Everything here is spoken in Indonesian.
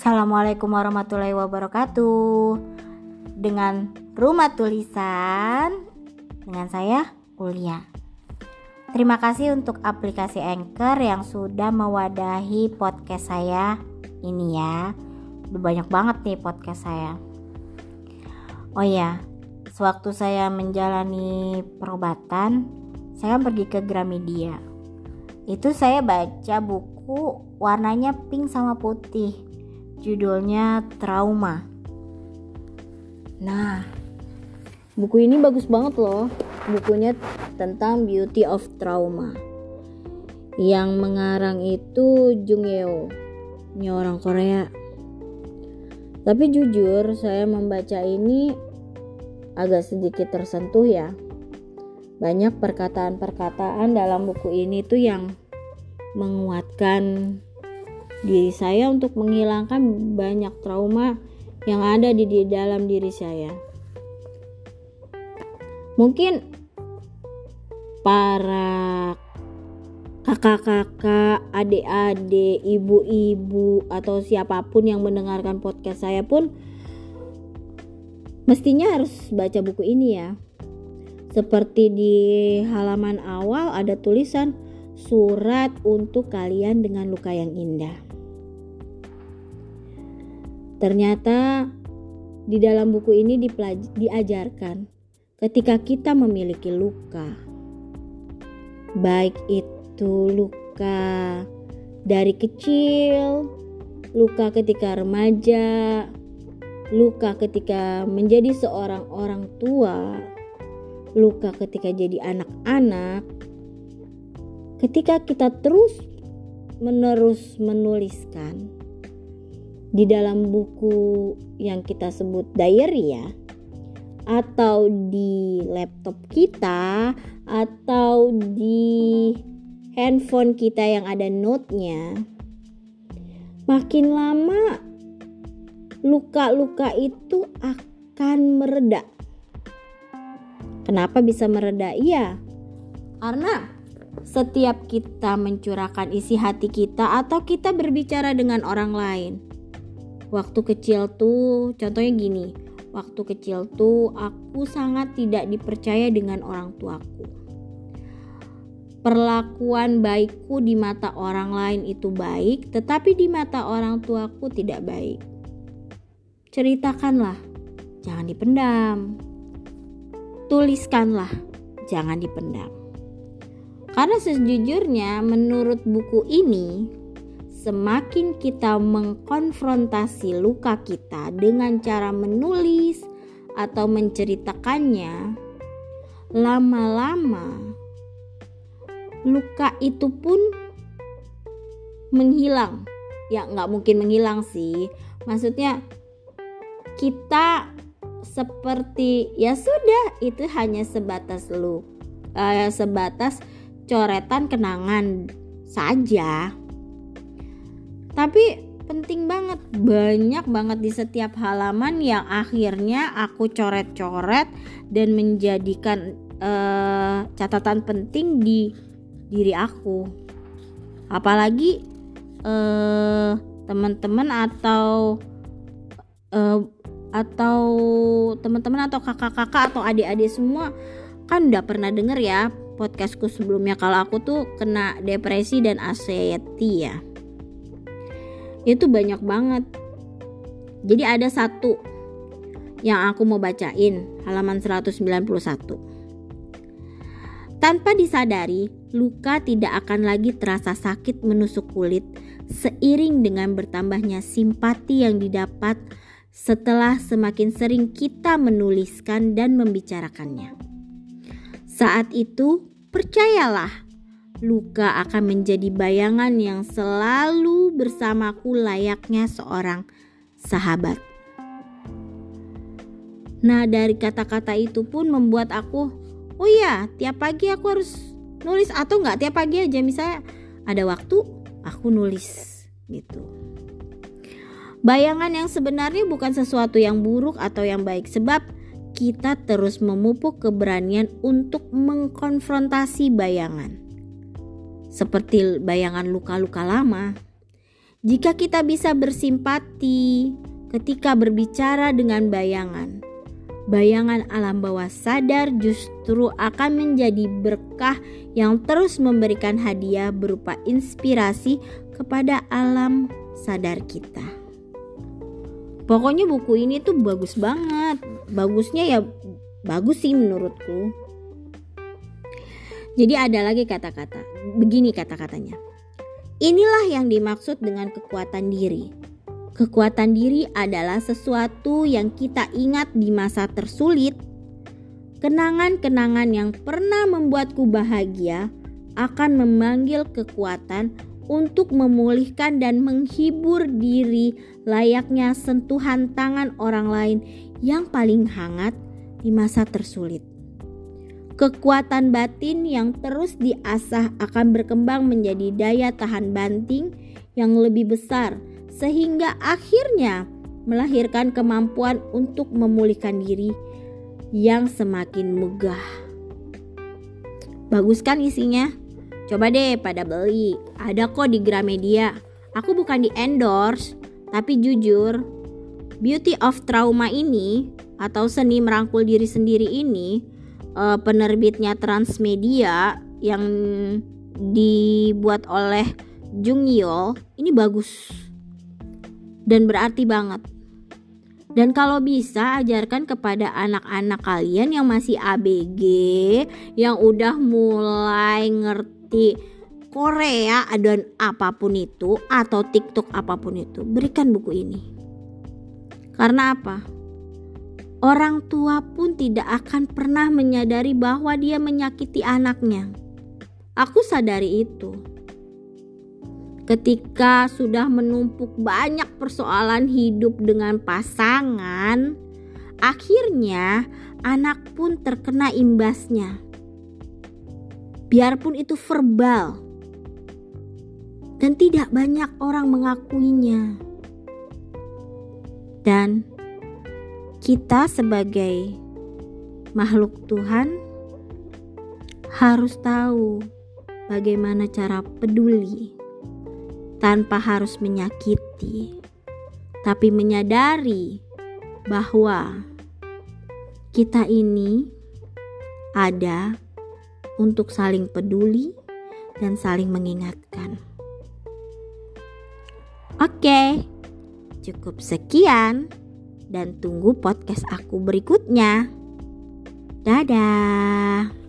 Assalamualaikum warahmatullahi wabarakatuh. Dengan rumah tulisan dengan saya Ulia. Terima kasih untuk aplikasi Anchor yang sudah mewadahi podcast saya ini ya. Udah banyak banget nih podcast saya. Oh ya, sewaktu saya menjalani perobatan, saya pergi ke Gramedia. Itu saya baca buku warnanya pink sama putih. Judulnya Trauma. Nah, buku ini bagus banget loh. Bukunya tentang Beauty of Trauma. Yang mengarang itu Jung Yeo. Ini orang Korea. Tapi jujur saya membaca ini agak sedikit tersentuh ya. Banyak perkataan-perkataan dalam buku ini tuh yang menguatkan diri saya untuk menghilangkan banyak trauma yang ada di dalam diri saya. Mungkin para kakak-kakak, adik-adik, ibu-ibu atau siapapun yang mendengarkan podcast saya pun mestinya harus baca buku ini ya. Seperti di halaman awal ada tulisan surat untuk kalian dengan luka yang indah. Ternyata di dalam buku ini diajarkan ketika kita memiliki luka, baik itu luka dari kecil, luka ketika remaja, luka ketika menjadi seorang orang tua, luka ketika jadi anak-anak. Ketika kita terus-menerus menuliskan di dalam buku yang kita sebut diary ya, atau di laptop kita, atau di handphone kita yang ada note-nya, makin lama luka-luka itu akan mereda. Kenapa bisa mereda? Iya, karena setiap kita mencurahkan isi hati kita atau kita berbicara dengan orang lain. Waktu kecil tuh, contohnya gini, waktu kecil tuh aku sangat tidak dipercaya dengan orang tuaku. Perlakuan baikku di mata orang lain itu baik, tetapi di mata orang tuaku tidak baik. Ceritakanlah, jangan dipendam. Tuliskanlah, jangan dipendam. Karena sejujurnya menurut buku ini, semakin kita mengkonfrontasi luka kita dengan cara menulis atau menceritakannya, lama-lama luka itu pun menghilang. Ya nggak mungkin menghilang sih. Maksudnya kita seperti ya sudah, itu hanya sebatas sebatas coretan kenangan saja. Tapi penting banget, banyak banget di setiap halaman yang akhirnya aku coret-coret dan menjadikan catatan penting di diri aku. Apalagi teman-teman atau teman-teman atau kakak-kakak atau adik-adik semua kan udah pernah denger ya podcastku sebelumnya kalau aku tuh kena depresi dan anxiety ya. Itu banyak banget. Jadi ada satu yang aku mau bacain, halaman 191. Tanpa disadari, luka tidak akan lagi terasa sakit menusuk kulit seiring dengan bertambahnya simpati yang didapat setelah semakin sering kita menuliskan dan membicarakannya. Saat itu, percayalah, luka akan menjadi bayangan yang selalu bersamaku layaknya seorang sahabat. Nah, dari kata-kata itu pun membuat aku, oh ya, tiap pagi aku harus nulis atau enggak tiap pagi aja, misalnya ada waktu aku nulis gitu. Bayangan yang sebenarnya bukan sesuatu yang buruk atau yang baik, sebab kita terus memupuk keberanian untuk mengkonfrontasi bayangan. Seperti bayangan luka-luka lama Jika kita bisa bersimpati ketika berbicara dengan bayangan, bayangan alam bawah sadar justru akan menjadi berkah yang terus memberikan hadiah berupa inspirasi kepada alam sadar kita. Pokoknya buku ini tuh bagus banget. Bagusnya ya bagus sih menurutku. Jadi ada lagi kata-kata. Begini kata-katanya. Inilah yang dimaksud dengan kekuatan diri. Kekuatan diri adalah sesuatu yang kita ingat di masa tersulit. Kenangan-kenangan yang pernah membuatku bahagia akan memanggil kekuatan untuk memulihkan dan menghibur diri layaknya sentuhan tangan orang lain yang paling hangat di masa tersulit. Kekuatan batin yang terus diasah akan berkembang menjadi daya tahan banting yang lebih besar sehingga akhirnya melahirkan kemampuan untuk memulihkan diri yang semakin megah. Bagus kan isinya? Coba deh pada beli. Ada kok di Gramedia. Aku bukan di endorse, tapi jujur, Beauty of Trauma ini atau seni merangkul diri sendiri ini, penerbitnya Transmedia yang dibuat oleh Jung Yeol, ini bagus dan berarti banget. Dan kalau bisa ajarkan kepada anak-anak kalian yang masih ABG, yang udah mulai ngerti Korea dan apapun itu atau TikTok apapun itu, berikan buku ini. Karena apa? Orang tua pun tidak akan pernah menyadari bahwa dia menyakiti anaknya. Aku sadari itu. Ketika sudah menumpuk banyak persoalan hidup dengan pasangan, akhirnya anak pun terkena imbasnya. Biarpun itu verbal dan tidak banyak orang mengakuinya. Dan kita sebagai makhluk Tuhan harus tahu bagaimana cara peduli tanpa harus menyakiti, tapi menyadari bahwa kita ini ada untuk saling peduli dan saling mengingatkan. Oke, cukup sekian dan tunggu podcast aku berikutnya. Dadah.